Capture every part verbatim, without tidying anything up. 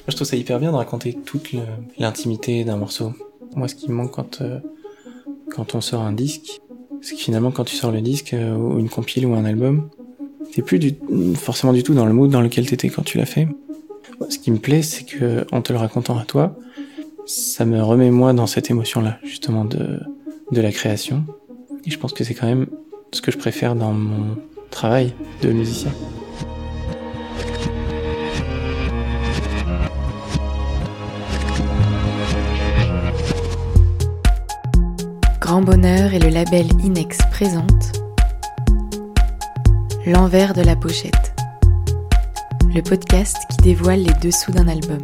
je trouve ça hyper bien de raconter toute le, l'intimité d'un morceau. Moi, ce qui me manque quand, euh, quand on sort un disque, c'est que finalement, quand tu sors le disque, euh, ou une compile ou un album, t'es plus du, forcément du tout dans le mood dans lequel t'étais quand tu l'as fait. Ce qui me plaît, c'est que en te le racontant à toi, ça me remet moi dans cette émotion-là, justement, de, de la création. Et je pense que c'est quand même ce que je préfère dans mon travail de musicien. Grand Bonheur et le label Inex présente L'envers de la pochette, le podcast qui dévoile les dessous d'un album.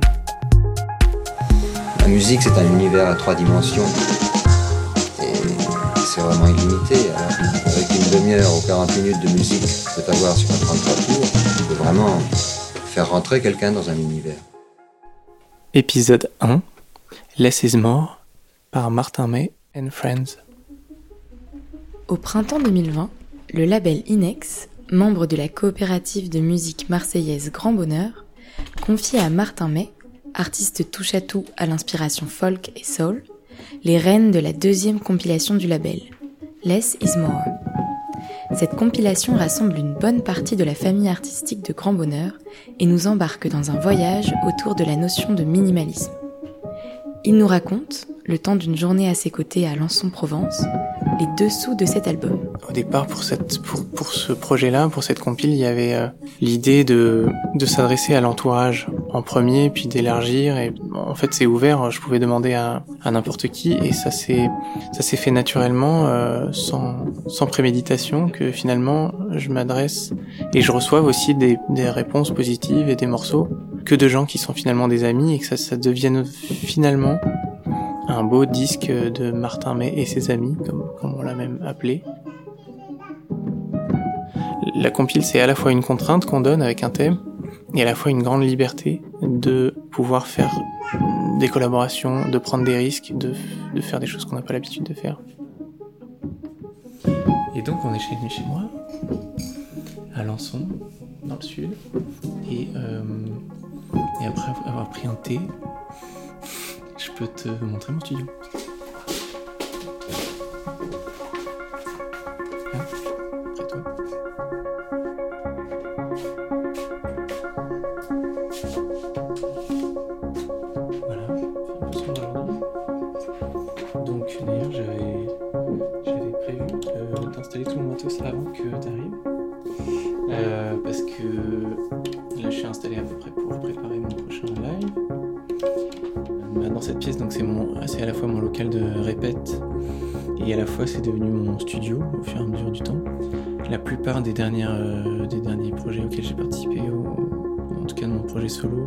La musique, c'est un univers à trois dimensions et c'est vraiment illimité. Alors, avec une demi-heure ou quarante minutes de musique que tu peux avoir sur un trente-trois tours, tu peux vraiment faire rentrer quelqu'un dans un univers. Épisode un, Less is More, par Martin May and Friends. Au printemps deux mille vingt, le label Inex, membre de la coopérative de musique marseillaise Grand Bonheur, confie à Martin May, artiste touche-à-tout à l'inspiration folk et soul, les rênes de la deuxième compilation du label, Less is More. Cette compilation rassemble une bonne partie de la famille artistique de Grand Bonheur et nous embarque dans un voyage autour de la notion de minimalisme. Il nous raconte, le temps d'une journée à ses côtés à Lançon-Provence, les dessous de cet album. Au départ, pour cette, pour, pour ce projet-là, pour cette compile, il y avait euh, l'idée de, de s'adresser à l'entourage en premier, puis d'élargir. Et en fait, c'est ouvert. Je pouvais demander à, à n'importe qui, et ça s'est, ça s'est fait naturellement, euh, sans, sans préméditation, que finalement, je m'adresse et je reçois aussi des, des réponses positives et des morceaux que de gens qui sont finalement des amis, et que ça, ça devienne finalement un beau disque de Martin May et ses amis, comme, comme on l'a même appelé. La compile, c'est à la fois une contrainte qu'on donne avec un thème, et à la fois une grande liberté de pouvoir faire des collaborations, de prendre des risques, de, de faire des choses qu'on n'a pas l'habitude de faire. Et donc on est chez, chez moi, à Lançon, dans le sud, et, euh, et après avoir pris un thé, je peux te montrer mon studio. Là, près de toi. Voilà, un peu sombre aujourd'hui. Donc d'ailleurs j'avais, j'avais prévu euh, d'installer tout mon matos avant que tu arrives. Euh, parce que là je suis installé à peu près pour préparer mon prochain live. Dans cette pièce, donc c'est, mon, c'est à la fois mon local de répète et à la fois c'est devenu mon studio au fur et à mesure du temps. La plupart des, dernières, euh, des derniers projets auxquels j'ai participé, au, en tout cas de mon projet solo,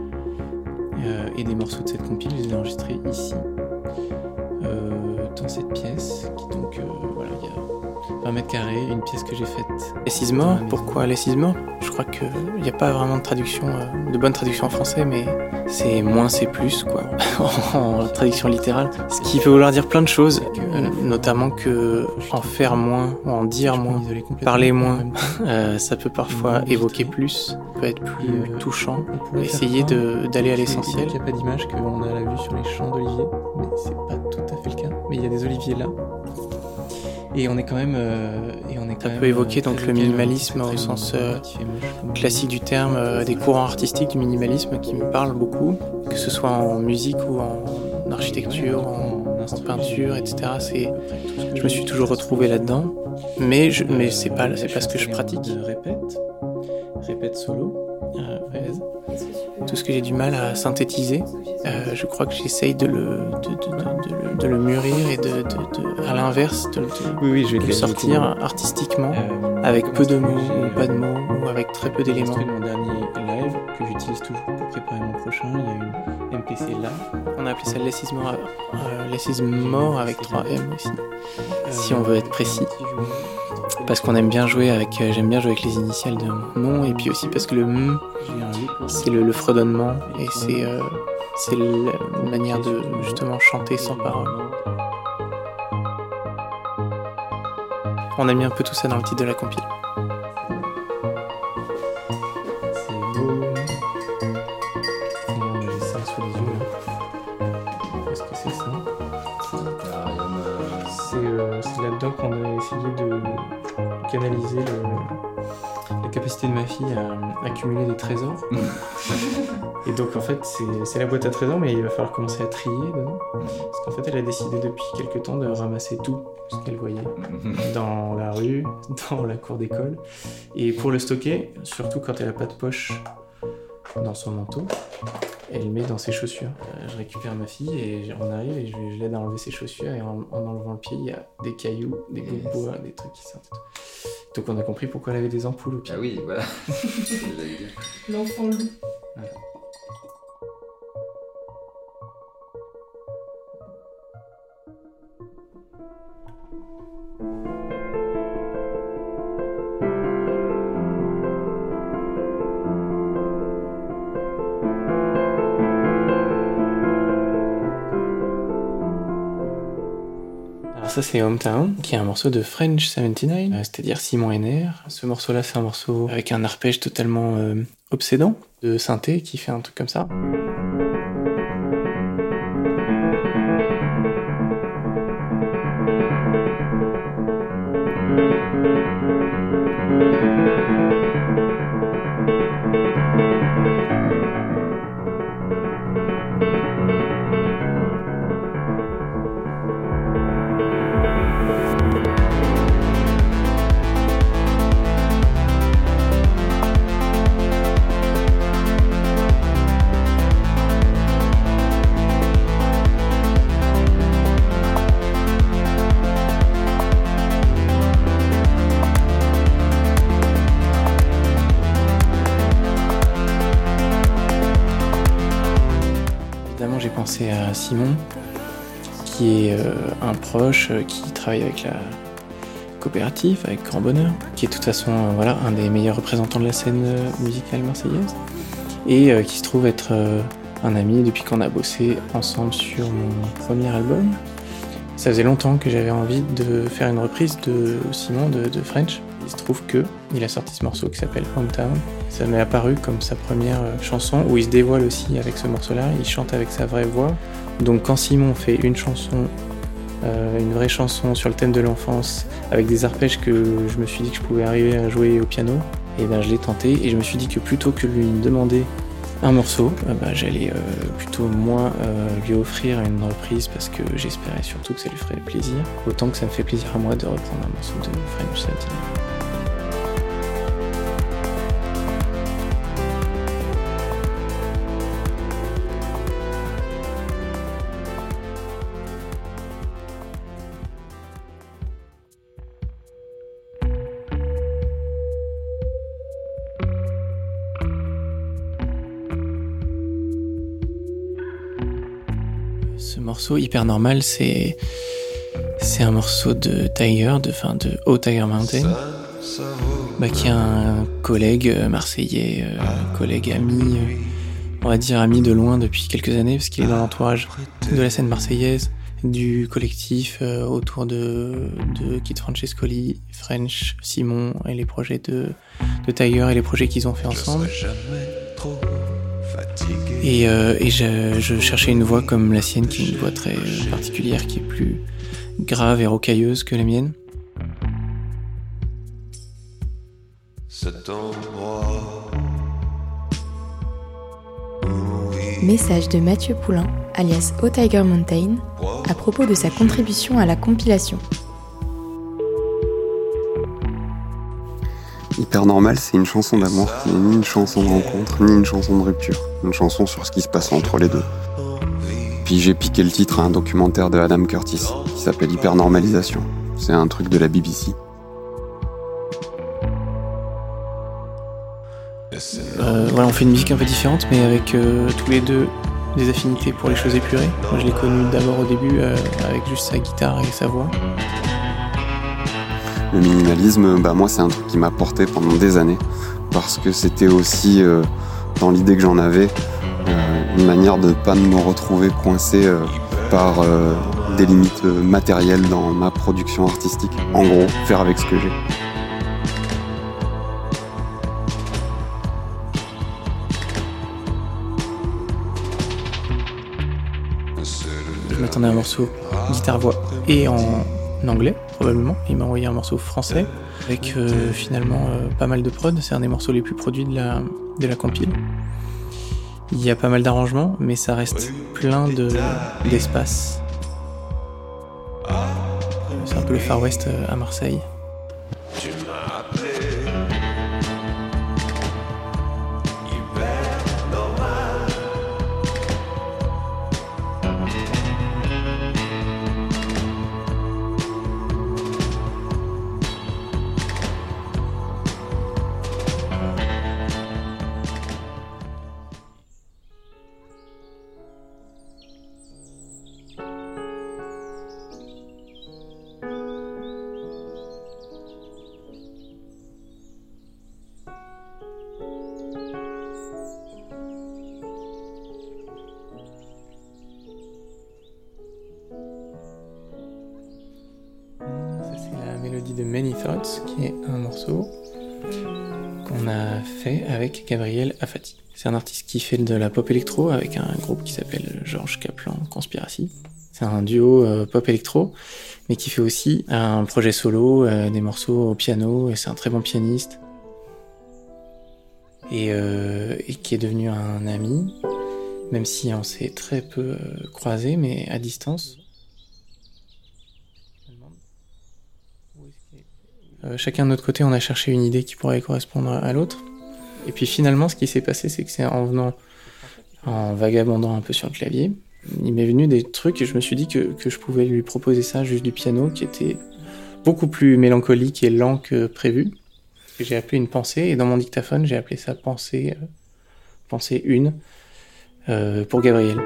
euh, et des morceaux de cette compile, je les ai enregistrés ici, euh, dans cette pièce, qui donc, euh, voilà, il y a vingt mètres carrés, une pièce que j'ai faite. Less is More, pourquoi Less is More ? Je crois qu'il n'y a pas vraiment de traduction, euh, de bonne traduction en français, mais c'est moins c'est plus, quoi, en traduction littérale. Ce qui peut vouloir dire plein de choses, euh, notamment que en faire moins, ou en dire moins, parler moins, euh, ça peut parfois évoquer plus, peut être plus touchant. Essayer de, d'aller à l'essentiel. Il n'y a pas d'image qu'on a la vue sur les champs d'oliviers, mais c'est pas tout à fait le cas. Mais il y a des oliviers là. Et on est quand même, euh, et on est quand ça même, peut évoquer donc le minimalisme au sens euh, classique du terme, euh, des courants artistiques du minimalisme qui me parlent beaucoup, que ce soit en musique ou en architecture, en, en peinture, et cetera. C'est, je me suis toujours retrouvé là-dedans, mais je, mais c'est pas, c'est pas ce que je pratique. Répète, répète solo, euh, tout ce que j'ai du mal à synthétiser, euh, je crois que j'essaye de le, de, de, de, de, de le mûrir et de, de, de à l'inverse, de, de, oui, oui, je vais de le sortir artistiquement, euh, avec peu de mots ou pas de mots, ou avec très peu d'éléments. J'ai mon dernier live que j'utilise toujours pour préparer mon prochain, il y a une M P C là. On a appelé ça Less is More, euh, Less is More avec trois M aussi, si on veut être précis. Parce qu'on aime bien jouer avec, euh, j'aime bien jouer avec les initiales de mon nom, et puis aussi parce que le M, c'est le, le fredonnement, et c'est, euh, c'est la manière de justement chanter sans parole. On a mis un peu tout ça dans le titre de la compile. C'est beau, maîtriser le, la capacité de ma fille à accumuler des trésors. Et donc en fait c'est, c'est la boîte à trésors, mais il va falloir commencer à trier dedans. Parce qu'en fait elle a décidé depuis quelques temps de ramasser tout ce qu'elle voyait dans la rue, dans la cour d'école. Et pour le stocker, surtout quand elle n'a pas de poche dans son manteau, elle le met dans ses chaussures. Euh, je récupère ma fille et on arrive et je, je l'aide à enlever ses chaussures, et en, en enlevant le pied, il y a des cailloux, des bouts de bois, des trucs qui sortent et tout. Donc on a compris pourquoi elle avait des ampoules au pied. Ah oui, voilà. L'enfant loup. Voilà. Ça c'est Hometown, qui est un morceau de French soixante-dix-neuf, euh, c'est-à-dire Simon Henner. Ce morceau-là, c'est un morceau avec un arpège totalement euh, obsédant, de synthé qui fait un truc comme ça. J'ai pensé à Simon, qui est euh, un proche euh, qui travaille avec la coopérative, avec Grand Bonheur, qui est de toute façon euh, voilà, un des meilleurs représentants de la scène euh, musicale marseillaise, et euh, qui se trouve être euh, un ami depuis qu'on a bossé ensemble sur mon premier album. Ça faisait longtemps que j'avais envie de faire une reprise de Simon de, de French. Il se trouve qu'il a sorti ce morceau qui s'appelle Hometown. Ça m'est apparu comme sa première chanson, où il se dévoile aussi avec ce morceau-là, il chante avec sa vraie voix. Donc quand Simon fait une chanson, euh, une vraie chanson sur le thème de l'enfance, avec des arpèges que je me suis dit que je pouvais arriver à jouer au piano, et ben je l'ai tenté, et je me suis dit que plutôt que de lui demander un morceau, euh, bah, j'allais euh, plutôt moi euh, lui offrir une reprise, parce que j'espérais surtout que ça lui ferait plaisir, autant que ça me fait plaisir à moi de reprendre un morceau de French soixante-dix-neuf. Ce morceau Hyper Normal, c'est c'est un morceau de Tiger, de fin de Oh Tiger Mountain, bah, qui est un collègue marseillais, euh, collègue ami, euh, on va dire ami de loin depuis quelques années, parce qu'il est dans l'entourage de la scène marseillaise, du collectif euh, autour de, de Kid Francescoli, French, Simon et les projets de, de Tiger et les projets qu'ils ont fait ensemble. Et, euh, et je, je cherchais une voix comme la sienne, qui est une voix très particulière, qui est plus grave et rocailleuse que la mienne. Message de Mathieu Poulain, alias Oh Tiger Mountain, à propos de sa contribution à la compilation. Hyper Normal, c'est une chanson d'amour qui n'est ni une chanson de rencontre, ni une chanson de rupture. Une chanson sur ce qui se passe entre les deux. Puis j'ai piqué le titre à un documentaire de Adam Curtis qui s'appelle Hyper Normalisation. C'est un truc de la B B C. Euh, voilà, on fait une musique un peu différente, mais avec euh, tous les deux des affinités pour les choses épurées. Moi, je l'ai connu d'abord au début euh, avec juste sa guitare et sa voix. Le minimalisme, bah moi c'est un truc qui m'a porté pendant des années, parce que c'était aussi, euh, dans l'idée que j'en avais, euh, une manière de ne pas me retrouver coincé euh, par euh, des limites euh, matérielles dans ma production artistique. En gros, faire avec ce que j'ai. Je m'attendais à un morceau guitare-voix et en anglais, probablement. Il m'a envoyé un morceau français. avec euh, finalement euh, pas mal de prod. C'est un des morceaux les plus produits de la, de la compile. Il y a pas mal d'arrangements, mais ça reste plein de, d'espace. C'est un peu le Far West à Marseille. Mélodie de Many Thoughts, qui est un morceau qu'on a fait avec Gabriel Afati. C'est un artiste qui fait de la pop électro avec un groupe qui s'appelle Georges Kaplan Conspiracy. C'est un duo euh, pop électro, mais qui fait aussi un projet solo, euh, des morceaux au piano, et c'est un très bon pianiste. Et, euh, et qui est devenu un ami, même si on s'est très peu euh, croisés, mais à distance. Euh, chacun de notre côté, on a cherché une idée qui pourrait correspondre à l'autre. Et puis finalement, ce qui s'est passé, c'est que c'est en venant, en vagabondant un peu sur le clavier, il m'est venu des trucs et je me suis dit que, que je pouvais lui proposer ça, juste du piano, qui était beaucoup plus mélancolique et lent que prévu. Et j'ai appelé une pensée, et dans mon dictaphone, j'ai appelé ça pensée, euh, pensée une, euh, pour Gabriel.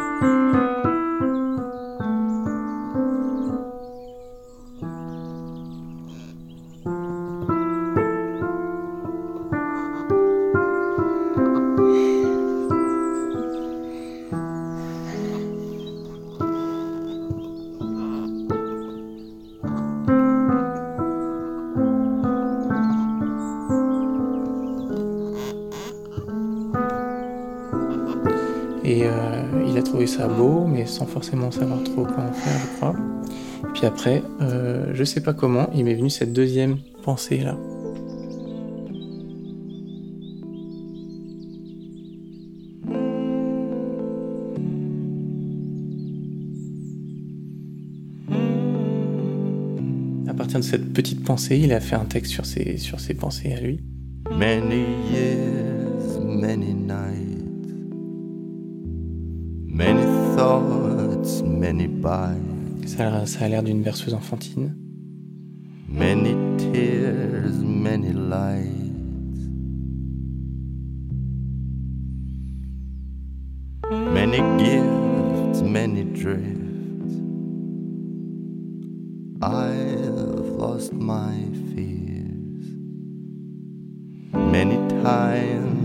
Et euh, il a trouvé ça beau, mais sans forcément savoir trop quoi en faire, je crois. Et puis après, euh, je sais pas comment, il m'est venu cette deuxième pensée-là. À partir de cette petite pensée, il a fait un texte sur ses, sur ses pensées à lui. Many years, many nights, many thoughts, many bites, Ça, ça a l'air d'une berceuse enfantine. many tears, many lights, many gifts, many drifts. I've lost my fears many times.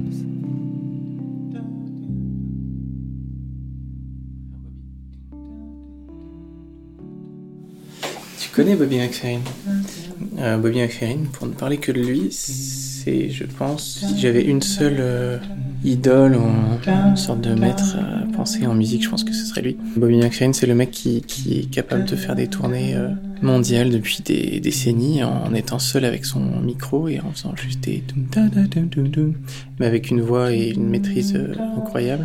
Tu connais Bobby McFerrin? euh, Bobby McFerrin, pour ne parler que de lui, c'est, je pense, si j'avais une seule euh, idole ou une sorte de maître à penser en musique, je pense que ce serait lui. Bobby McFerrin, c'est le mec qui, qui est capable de faire des tournées euh, mondiales depuis des décennies en étant seul avec son micro et en faisant juste des doum da da doum doum doum, mais avec une voix et une maîtrise euh, incroyable.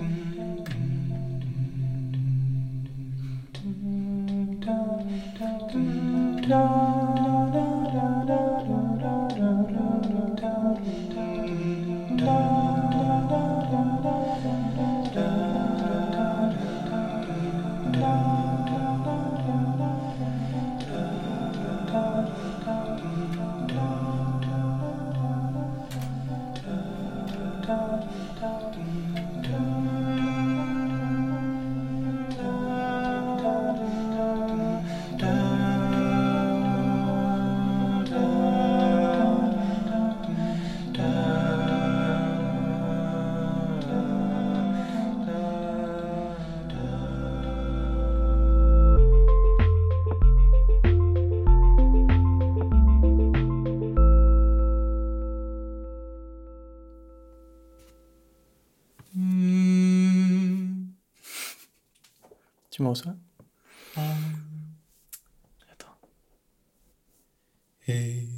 Tu me reçois? Attends. Hey.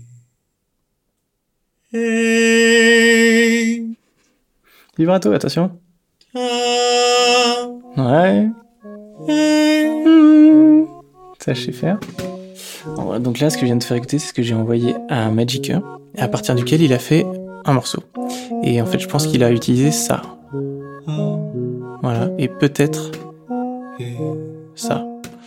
Vibrato, attention. Ouais. Ça, je sais faire. Donc là, ce que je viens de faire écouter, c'est ce que j'ai envoyé à Magicer, à partir duquel il a fait un morceau. Et en fait, je pense qu'il a utilisé ça. Voilà. Et peut-être ça.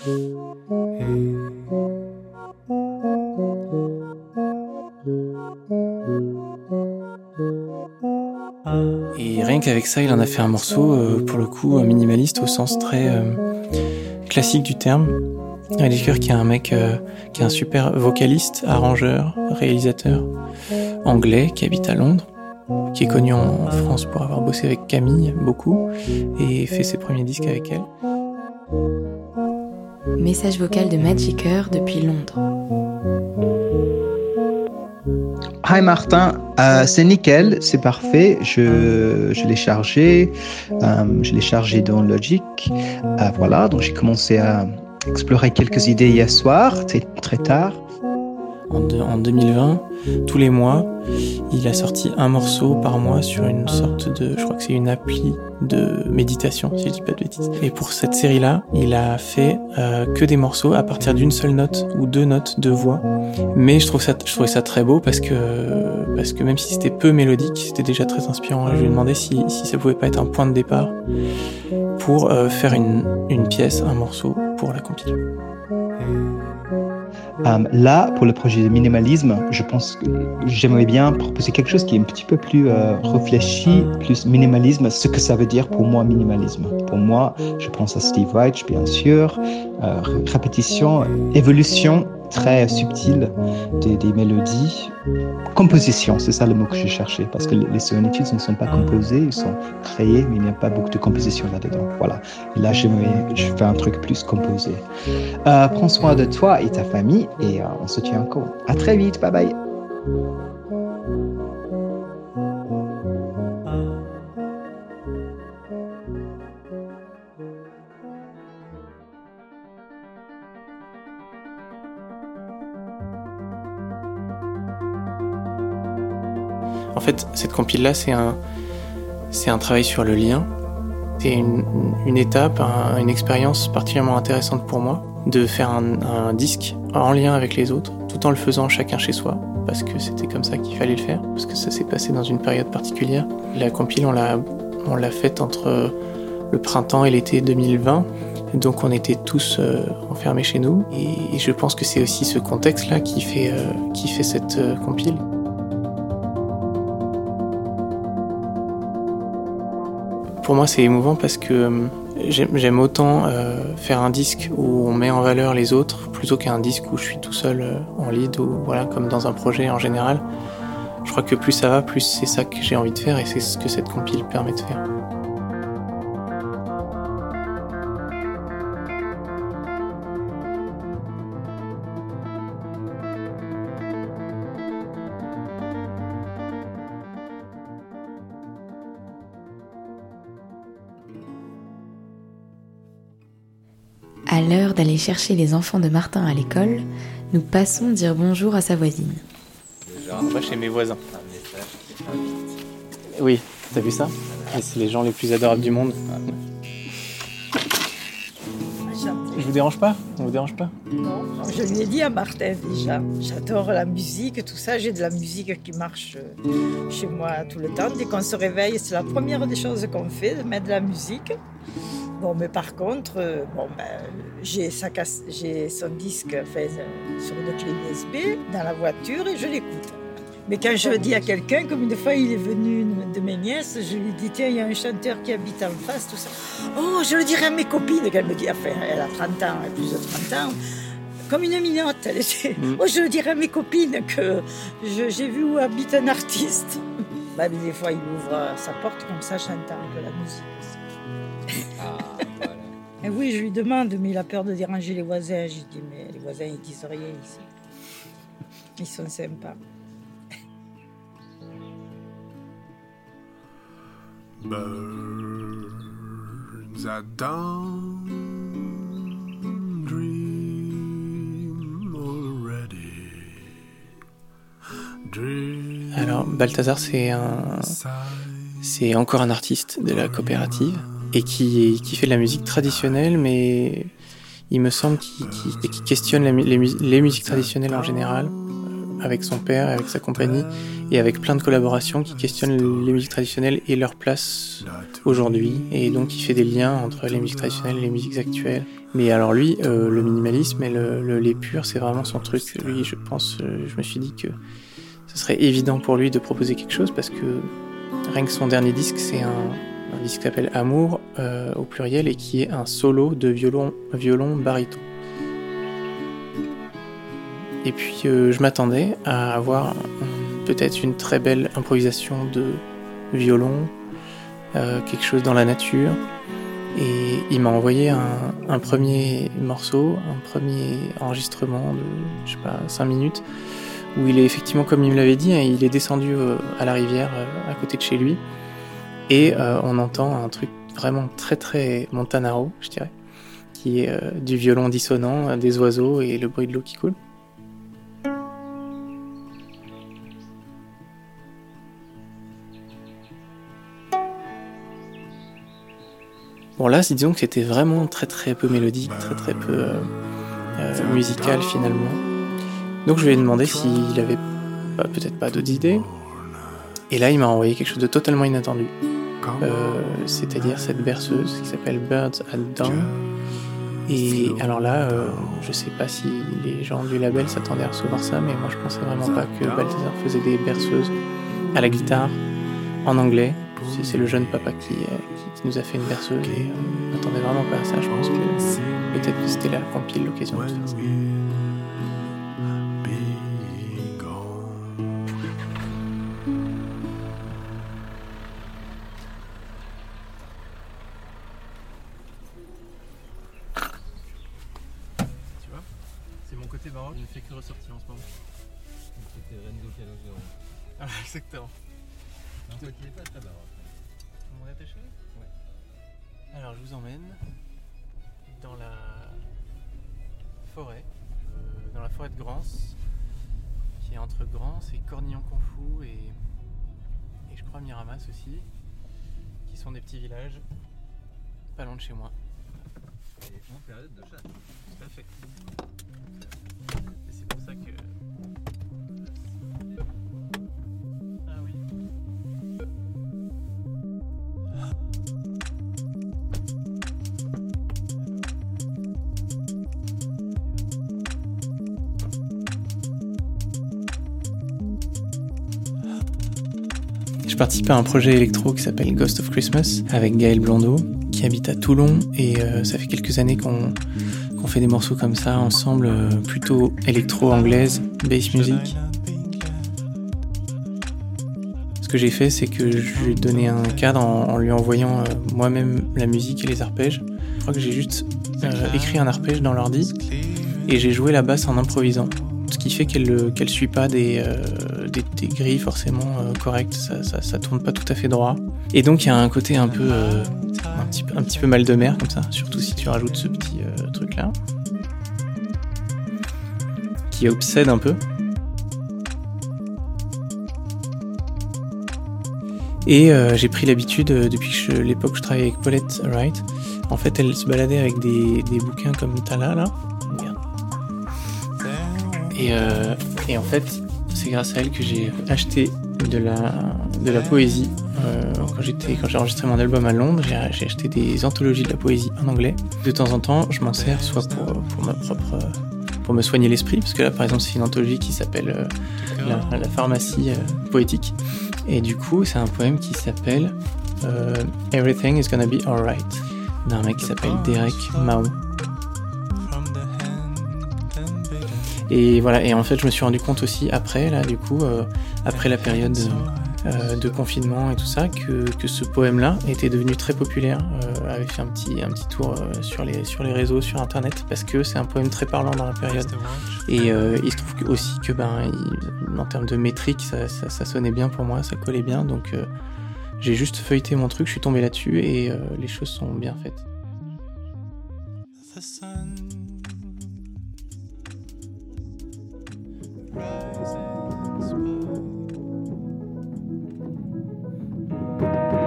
Et rien qu'avec ça, il en a fait un morceau, euh, pour le coup, minimaliste au sens très euh, classique du terme. Magicer qui est un mec, euh, qui est un super vocaliste, arrangeur, réalisateur anglais, qui habite à Londres, qui est connu en France pour avoir bossé avec Camille beaucoup, et fait ses premiers disques avec elle. Message vocal de Magicer depuis Londres. Hi Martin, euh, c'est nickel, c'est parfait, je, je l'ai chargé, euh, je l'ai chargé dans Logic, euh, voilà, donc j'ai commencé à explorer quelques idées hier soir, c'est très tard. En, de, en deux mille vingt, tous les mois, il a sorti un morceau par mois sur une sorte de, je crois que c'est une appli de méditation, si je dis pas de bêtises. Et pour cette série-là, il a fait euh, que des morceaux à partir d'une seule note ou deux notes de voix. Mais je trouve ça, je trouvais ça très beau parce que, parce que même si c'était peu mélodique, c'était déjà très inspirant. Je lui ai demandé si, si ça pouvait pas être un point de départ pour euh, faire une, une pièce, un morceau pour la compile. Um, là, pour le projet de minimalisme, je pense que j'aimerais bien proposer quelque chose qui est un petit peu plus euh, réfléchi, plus minimalisme, ce que ça veut dire pour moi minimalisme. Pour moi, je pense à Steve Reich, bien sûr, euh, répétition, évolution très subtile des, des mélodies, composition, c'est ça le mot que j'ai cherché, parce que les sonatudes ne sont pas composées, ils sont créés, mais il n'y a pas beaucoup de composition là-dedans. Voilà. Et là, j'aimerais, je fais un truc plus composé. Euh, prends soin de toi et ta famille, et euh, on se tient encore. À très vite, bye bye. En fait, cette compile-là, c'est un, c'est un travail sur le lien. C'est une, une étape, un, une expérience particulièrement intéressante pour moi, de faire un, un disque en lien avec les autres, tout en le faisant chacun chez soi, parce que c'était comme ça qu'il fallait le faire, parce que ça s'est passé dans une période particulière. La compile, on l'a, on l'a faite entre le printemps et l'été deux mille vingt, donc on était tous euh, enfermés chez nous, et, et je pense que c'est aussi ce contexte-là qui fait, euh, qui fait cette euh, compile. Pour moi, c'est émouvant parce que euh, j'aime, j'aime autant euh, faire un disque où on met en valeur les autres plutôt qu'un disque où je suis tout seul euh, en lead ou voilà, comme dans un projet en général. Je crois que plus ça va, plus c'est ça que j'ai envie de faire et c'est ce que cette compile permet de faire. À l'heure d'aller chercher les enfants de Martin à l'école, nous passons dire bonjour à sa voisine. On va chez mes voisins. Oui, t'as vu ça ? Et c'est les gens les plus adorables du monde. Je vous dérange pas ? On vous dérange pas ? Non, je lui ai dit à Martin déjà. J'adore la musique, tout ça. J'ai de la musique qui marche chez moi tout le temps. Dès qu'on se réveille, c'est la première des choses qu'on fait, de mettre de la musique. Bon, mais par contre, euh, bon, ben, j'ai, sa casse, j'ai son disque fait euh, sur une clé U S B dans la voiture et je l'écoute. Mais quand je le dis à quelqu'un, comme une fois il est venu, une de mes nièces, je lui dis tiens, il y a un chanteur qui habite en face, tout ça. Oh, je le dirai à mes copines, qu'elle me dit, enfin, elle a trente ans, elle a plus de trente ans. Comme une minotte, elle était. Mm. Oh, je le dirai à mes copines que je, j'ai vu où habite un artiste. Bah, mais des fois, il ouvre sa porte comme ça, j'entends que la musique. Ah, voilà. Et oui, je lui demande, mais il a peur de déranger les voisins. Je lui dis, mais les voisins, ils disent rien ici. Ils sont sympas. Birds at dawn dream already. Dream. Alors, Balthazar, c'est un... c'est encore un artiste de la coopérative et qui, qui fait de la musique traditionnelle, mais il me semble qu'il, qu'il, qu'il questionne la, les, les musiques traditionnelles en général, avec son père, avec sa compagnie, et avec plein de collaborations qui questionnent les musiques traditionnelles et leur place aujourd'hui. Et donc il fait des liens entre les musiques traditionnelles et les musiques actuelles. Mais alors lui, euh, le minimalisme et le, le, les purs, c'est vraiment son truc. Lui, je pense, euh, je me suis dit que ce serait évident pour lui de proposer quelque chose, parce que rien que son dernier disque, c'est un, un disque qui s'appelle Amour, euh, au pluriel, et qui est un solo de violon, violon baryton. Et puis euh, je m'attendais à avoir peut-être une très belle improvisation de violon, euh, quelque chose dans la nature. Et il m'a envoyé un, un premier morceau, un premier enregistrement de, je sais pas, cinq minutes, où il est effectivement, comme il me l'avait dit, hein, il est descendu euh, à la rivière, euh, à côté de chez lui, et euh, on entend un truc vraiment très très Montanaro, je dirais, qui est euh, du violon dissonant, euh, des oiseaux et le bruit de l'eau qui coule. Bon là, disons que c'était vraiment très très peu mélodique, très très peu euh, euh, musical finalement. Donc je lui ai demandé s'il avait bah, peut-être pas d'autres idées. Et là, il m'a envoyé quelque chose de totalement inattendu. Euh, c'est-à-dire cette berceuse qui s'appelle Birds at Dawn. Et alors là, euh, je sais pas si les gens du label s'attendaient à recevoir ça, mais moi je pensais vraiment pas que Balthazar faisait des berceuses à la guitare, en anglais. C'est, c'est le jeune papa qui, euh, qui, qui nous a fait une berceuse, et on n'attendait vraiment pas à ça. Je pense que peut-être que c'était la compile, l'occasion de faire ça. Tu vois, c'est mon côté baroque, je ne fais que ressortir en ce moment. C'était Renzo Calogero. Ah, exactement. Non, toi qui n'es pas très baroque. Mon attaché ? Ouais. Alors je vous emmène dans la forêt, euh, dans la forêt de Grance, qui est entre Grance et Cornillon-Confou et, et je crois Miramas aussi, qui sont des petits villages pas loin de chez moi. Et en période de chasse. Tout à fait. Et c'est pour ça que... Ah oui. Je participe à un projet électro qui s'appelle Ghost of Christmas avec Gaël Blondeau, qui habite à Toulon, et euh, ça fait quelques années qu'on, qu'on fait des morceaux comme ça ensemble, euh, plutôt électro-anglaise, bass music. Ce que j'ai fait, c'est que je lui ai donné un cadre en, en lui envoyant euh, moi-même la musique et les arpèges. Je crois que j'ai juste euh, écrit un arpège dans l'ordi et j'ai joué la basse en improvisant. Ce qui fait qu'elle qu'elle suit pas des, euh, des, des grilles forcément euh, correctes, ça, ça, ça tourne pas tout à fait droit. Et donc il y a un côté un peu, euh, un, petit, un petit peu mal de mer comme ça, surtout si tu rajoutes ce petit euh, truc là, qui obsède un peu. Et euh, j'ai pris l'habitude, euh, depuis que je, l'époque où je travaillais avec Paulette Wright, en fait elle se baladait avec des, des bouquins comme t'as là, là. Regarde. Et, euh, et en fait, c'est grâce à elle que j'ai acheté de la, de la poésie. Euh, quand, j'étais, quand j'ai enregistré mon album à Londres, j'ai, j'ai acheté des anthologies de la poésie en anglais. De temps en temps, je m'en sers soit pour, pour ma propre... pour me soigner l'esprit, parce que là, par exemple, c'est une anthologie qui s'appelle euh, la, la pharmacie euh, poétique. Et du coup, c'est un poème qui s'appelle euh, Everything is gonna be alright, d'un mec qui s'appelle Derek Mao. Et voilà, et en fait je me suis rendu compte aussi après, là du coup, euh, après la période euh, de confinement et tout ça, que, que ce poème-là était devenu très populaire, euh, avait fait un petit, un petit tour euh, sur, les, sur les réseaux, sur internet, parce que c'est un poème très parlant dans la période. Et euh, il se trouve que, aussi que, ben, il, en termes de métrique, ça, ça, ça sonnait bien pour moi, ça collait bien, donc euh, j'ai juste feuilleté mon truc, je suis tombé là-dessus, et euh, les choses sont bien faites. Thank you.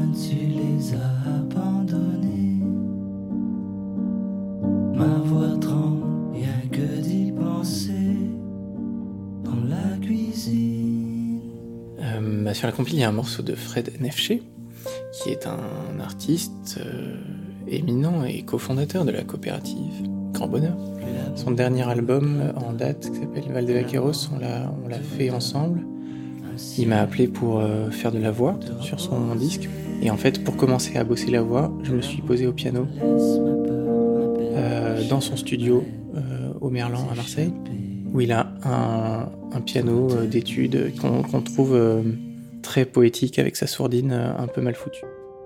tu les as abandonnés. Ma voix tremble, rien que d'y penser. Dans la cuisine. Euh, bah sur la compil, il y a un morceau de Fred Nefché, qui est un artiste euh, éminent et cofondateur de la coopérative Grand Bonheur. Son dernier album en date, qui s'appelle Val de Vaqueros, on l'a, on l'a fait ensemble. Il m'a appelé pour euh, faire de la voix sur son disque. Et en fait, pour commencer à bosser la voix, je me suis posé au piano euh, dans son studio euh, au Merlan à Marseille, où il a un, un piano euh, d'études qu'on, qu'on trouve euh, très poétique avec sa sourdine euh, un peu mal foutue.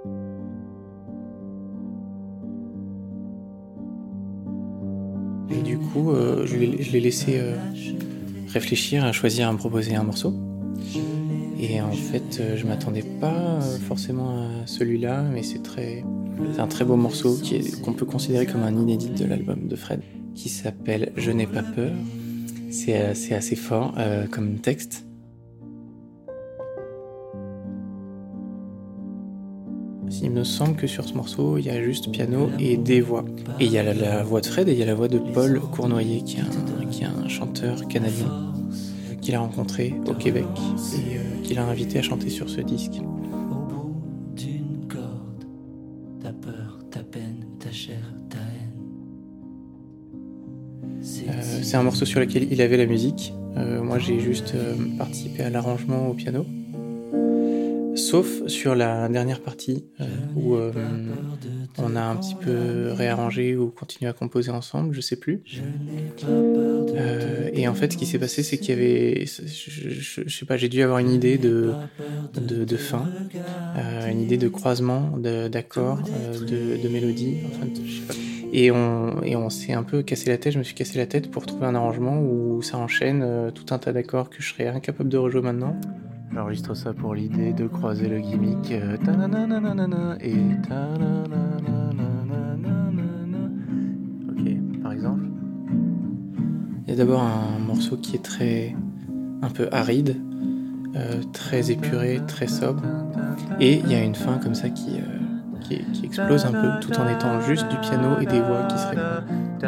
Et du coup, euh, je, l'ai, je l'ai laissé euh, réfléchir à choisir à me proposer un morceau. Et en fait, euh, je m'attendais pas euh, forcément à celui-là, mais c'est très, c'est un très beau morceau qui est, qu'on peut considérer comme un inédit de l'album de Fred, qui s'appelle « Je n'ai pas peur ». C'est, euh, c'est assez fort euh, comme texte. Il me semble que sur ce morceau, il y a juste piano et des voix. Et il y a la, la voix de Fred et il y a la voix de Paul Cournoyer, qui est un, qui est un chanteur canadien qu'il a rencontré au Québec et euh, qu'il a invité à chanter sur ce disque. Au bout d'une corde, ta peur, ta peine, ta chair, ta haine. C'est, euh, c'est un morceau sur lequel il avait la musique. Euh, moi, j'ai juste euh, participé à l'arrangement au piano. Sauf sur la dernière partie euh, où euh, on a un petit peu réarrangé ou continué à composer ensemble, je sais plus. Euh, et en fait, ce qui s'est passé, c'est qu'il y avait, je, je, je sais pas, j'ai dû avoir une idée de de, de fin, euh, une idée de croisement, de, d'accords, euh, de, de mélodie. Enfin, je sais pas. Et on et on s'est un peu cassé la tête. Je me suis cassé la tête pour trouver un arrangement où ça enchaîne euh, tout un tas d'accords que je serais incapable de rejouer maintenant. J'enregistre ça pour l'idée de croiser le gimmick euh, et ok, par exemple. Il y a d'abord un morceau qui est très un peu aride, euh, très épuré, très sobre, et il y a une fin comme ça qui euh, qui, qui explose un peu, tout en étant juste du piano et des voix qui se répondent.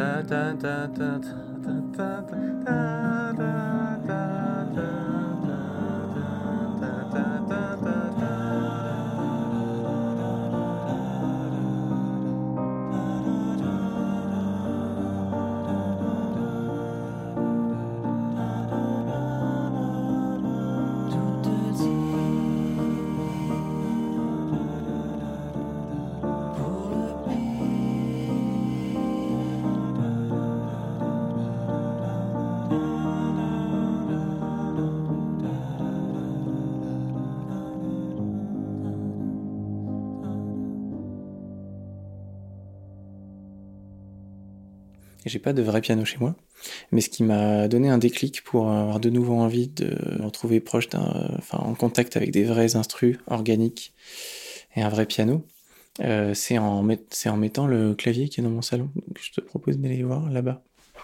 J'ai pas de vrai piano chez moi, mais ce qui m'a donné un déclic pour avoir de nouveau envie de me retrouver proche d'un, enfin en contact avec des vrais instrus organiques et un vrai piano, euh, c'est en met, c'est en mettant le clavier qui est dans mon salon. Donc je te propose d'aller voir là-bas.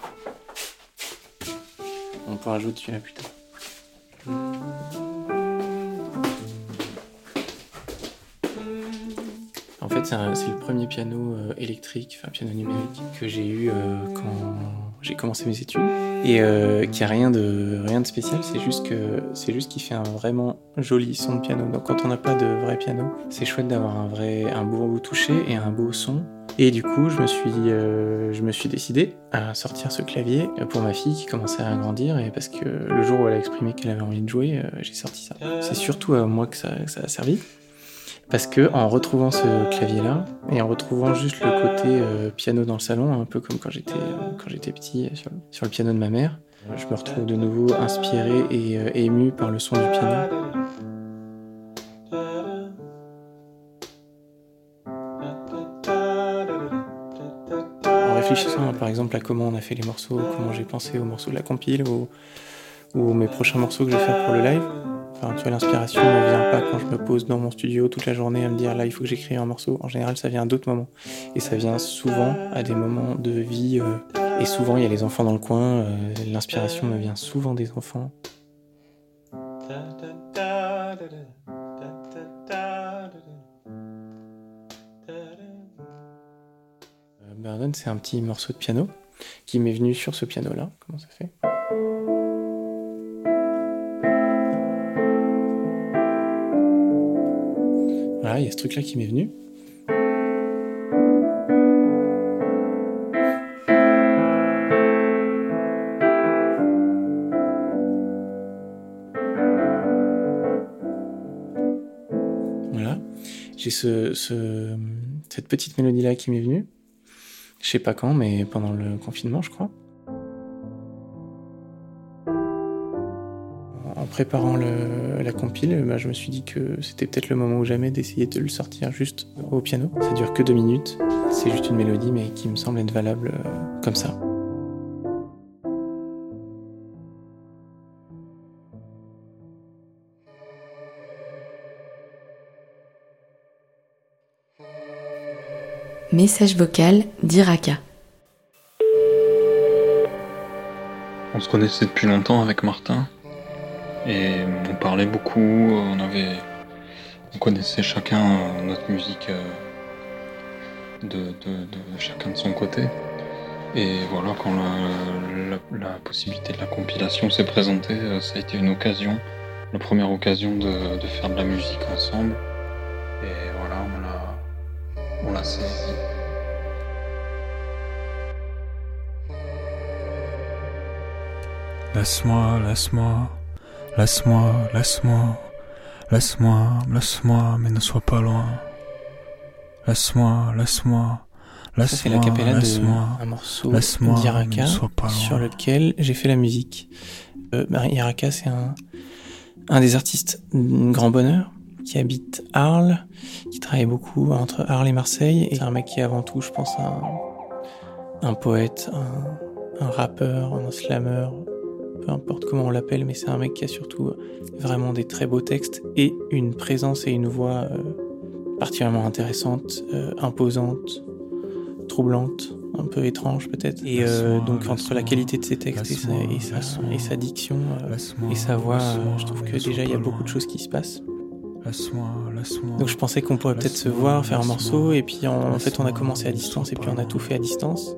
On pourra jouer dessus là plus tard. En fait, c'est, un, c'est le premier piano euh, électrique, enfin piano numérique, que j'ai eu euh, quand j'ai commencé mes études, et euh, qui a rien de rien de spécial. C'est juste que c'est juste qu'il fait un vraiment joli son de piano. Donc quand on n'a pas de vrai piano, c'est chouette d'avoir un vrai un beau toucher et un beau son. Et du coup, je me suis euh, je me suis décidé à sortir ce clavier pour ma fille qui commençait à grandir, et parce que le jour où elle a exprimé qu'elle avait envie de jouer, euh, j'ai sorti ça. C'est surtout à moi que ça, que ça a servi. Parce que en retrouvant ce clavier-là, et en retrouvant juste le côté euh, piano dans le salon, un peu comme quand j'étais, euh, quand j'étais petit sur le, sur le piano de ma mère, je me retrouve de nouveau inspiré et euh, ému par le son du piano. En réfléchissant par exemple à comment on a fait les morceaux, comment j'ai pensé aux morceaux de la compile, ou, ou mes prochains morceaux que je vais faire pour le live, enfin, tu vois, l'inspiration ne vient pas quand je me pose dans mon studio toute la journée à me dire là il faut que j'écrive un morceau. En général ça vient à d'autres moments, et ça vient souvent à des moments de vie, euh, et souvent il y a les enfants dans le coin, euh, l'inspiration me vient souvent des enfants. Burden, c'est un petit morceau de piano qui m'est venu sur ce piano-là. Comment ça fait ? Voilà, il y a ce truc-là qui m'est venu. Voilà. J'ai ce, ce, cette petite mélodie-là qui m'est venue. Je sais pas quand, mais pendant le confinement, je crois. En préparant le, la compile, bah, je me suis dit que c'était peut-être le moment ou jamais d'essayer de le sortir juste au piano. Ça dure que deux minutes. C'est juste une mélodie, mais qui me semble être valable euh, comme ça. Message vocal d'Iraka. On se connaissait depuis longtemps avec Martin et on parlait beaucoup, on avait, on connaissait chacun notre musique de, de, de chacun de son côté. Et voilà, quand la, la, la possibilité de la compilation s'est présentée, ça a été une occasion, la première occasion de, de faire de la musique ensemble. Et voilà, on l'a On l'a saisi. Laisse-moi, laisse-moi, laisse-moi, laisse-moi, laisse-moi, laisse-moi, mais ne sois pas loin. Laisse-moi, laisse-moi, laisse-moi, ça c'est la capella de un morceau d'Iraka sur lequel j'ai fait la musique. Euh, bah, Iraka, c'est un, un des artistes Grand Bonheur qui habite Arles, qui travaille beaucoup entre Arles et Marseille. Et c'est un mec qui est avant tout, je pense, un, un poète, un, un rappeur, un slammer, peu importe comment on l'appelle, mais c'est un mec qui a surtout vraiment des très beaux textes et une présence et une voix euh, particulièrement intéressante, euh, imposante, troublante, un peu étrange peut-être. Et euh, donc entre la qualité de ses textes et sa, et sa, et sa diction euh, et sa voix, euh, je trouve que déjà il y a beaucoup de choses qui se passent. Laisse-moi, laisse-moi. Donc je pensais qu'on pourrait peut-être se voir, faire un morceau, et puis en, en fait on a commencé à distance, et puis on a tout fait à distance.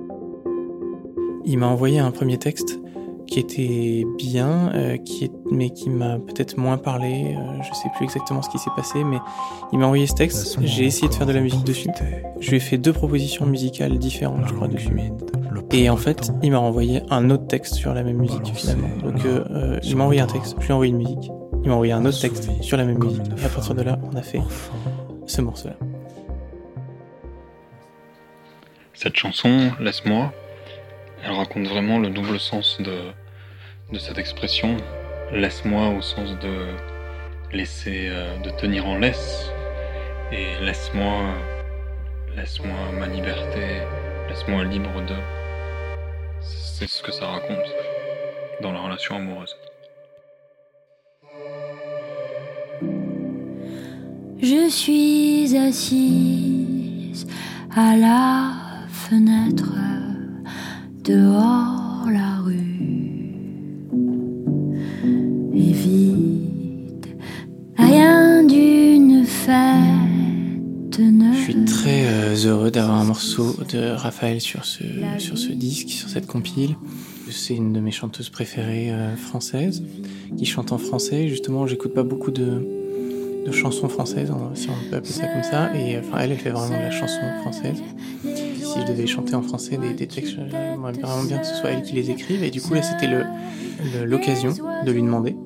Il m'a envoyé un premier texte qui était bien, euh, qui est, mais qui m'a peut-être moins parlé, euh, je sais plus exactement ce qui s'est passé, mais il m'a envoyé ce texte, j'ai essayé de faire de la musique dessus. Je lui ai fait deux propositions musicales différentes, je crois, dessus. Et en fait, il m'a renvoyé un autre texte sur la même musique, finalement. Donc euh, euh, il m'a envoyé un texte, je lui ai envoyé une musique. Il m'a envoyé un autre texte sur la même musique. Et à partir de là, on a fait ce morceau-là. Cette chanson, Laisse-moi, elle raconte vraiment le double sens de, de cette expression. Laisse-moi au sens de laisser, euh, de tenir en laisse. Et laisse-moi, laisse-moi ma liberté, laisse-moi libre de. C'est ce que ça raconte dans la relation amoureuse. Je suis assise à la fenêtre, dehors la rue est vide, rien d'une fête neuve. Je suis très euh, heureux d'avoir un morceau de Raphaël sur ce, sur ce disque, sur cette compile. C'est une de mes chanteuses préférées euh, françaises, qui chante en français. Justement, j'écoute pas beaucoup de de chansons françaises, si on peut appeler ça comme ça, et enfin elle, elle fait vraiment de la chanson française. Si je devais chanter en français des, des textes, j'aimerais vraiment bien que ce soit elle qui les écrive, et du coup là c'était le, le, l'occasion de lui demander.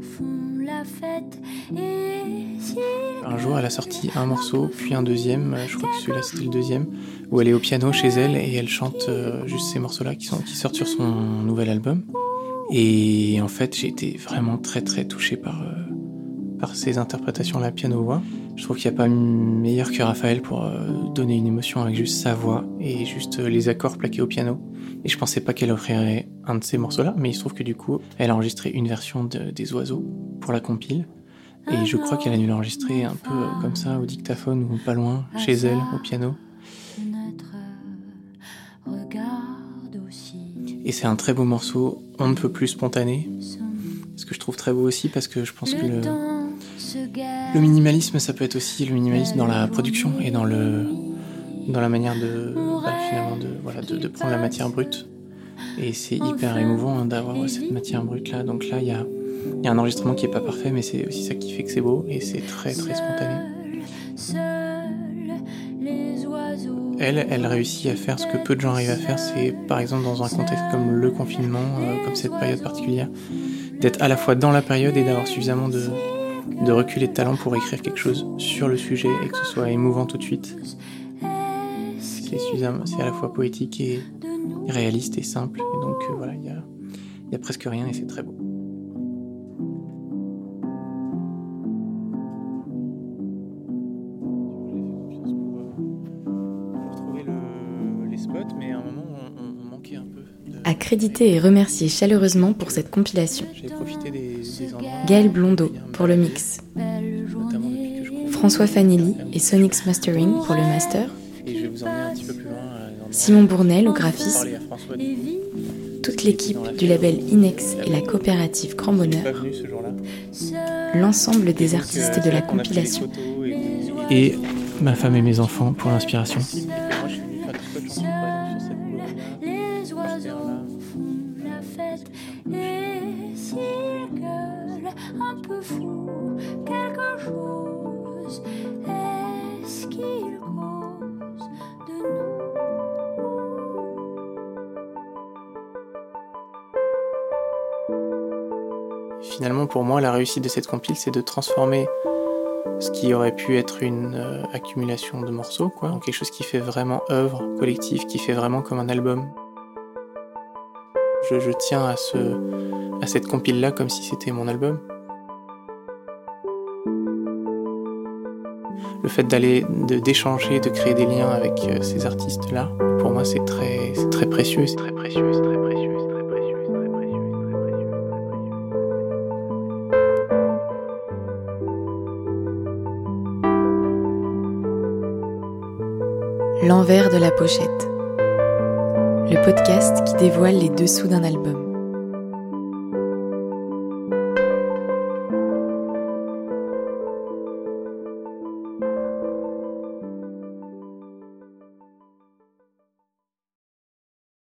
Un jour elle a sorti un morceau, puis un deuxième, je crois que celui-là c'était le deuxième, où elle est au piano chez elle, et elle chante euh, juste ces morceaux-là qui, sont, qui sortent sur son nouvel album. Et en fait j'ai été vraiment très très touché par... Euh, par ses interprétations-là piano-voix. Je trouve qu'il n'y a pas meilleur que Raphaël pour euh, donner une émotion avec juste sa voix et juste euh, les accords plaqués au piano. Et je pensais pas qu'elle offrirait un de ces morceaux-là, mais il se trouve que du coup, elle a enregistré une version de, des oiseaux pour la compile. Et je crois qu'elle a dû l'enregistrer un peu euh, comme ça, au dictaphone ou pas loin, chez elle, au piano. Et c'est un très beau morceau, on ne peut plus spontané. Ce que je trouve très beau aussi, parce que je pense que le... Le minimalisme, ça peut être aussi le minimalisme dans la production et dans le, dans la manière de, bah, finalement de, voilà, de, de prendre la matière brute. Et c'est hyper émouvant hein, d'avoir ouais, cette matière brute là. Donc là, il y a, y a un enregistrement qui est pas parfait, mais c'est aussi ça qui fait que c'est beau et c'est très très spontané. Elle, elle réussit à faire ce que peu de gens arrivent à faire, c'est par exemple dans un contexte comme le confinement, euh, comme cette période particulière, d'être à la fois dans la période et d'avoir suffisamment de, de recul et de talent pour écrire quelque chose sur le sujet et que ce soit émouvant tout de suite. C'est, suffisamment, c'est à la fois poétique et réaliste et simple, et donc euh, voilà, il y a, y a presque rien et c'est très beau. À créditer et remercier chaleureusement pour cette compilation. Gaël Blondeau pour le mix. François Fanelli et Sonics Mastering pour le master. Simon Bournel au graphisme. Toute l'équipe du label Inex et la coopérative Grand Bonheur. L'ensemble des artistes de la compilation. Et ma femme et mes enfants pour l'inspiration. Un peu fou, quelque chose, est-ce qu'il cause de nous? Finalement, pour moi, la réussite de cette compile, c'est de transformer ce qui aurait pu être une euh, accumulation de morceaux, quoi, en quelque chose qui fait vraiment œuvre collective, qui fait vraiment comme un album. Je, je tiens à, ce, à cette compile-là comme si c'était mon album. Le fait d'aller, de, d'échanger, de créer des liens avec euh, ces artistes-là, pour moi, c'est très, c'est très précieux, c'est très précieux, c'est très précieux, c'est très précieux, c'est très précieux, c'est très précieux, c'est très précieux. L'envers de la pochette. Le podcast qui dévoile les dessous d'un album.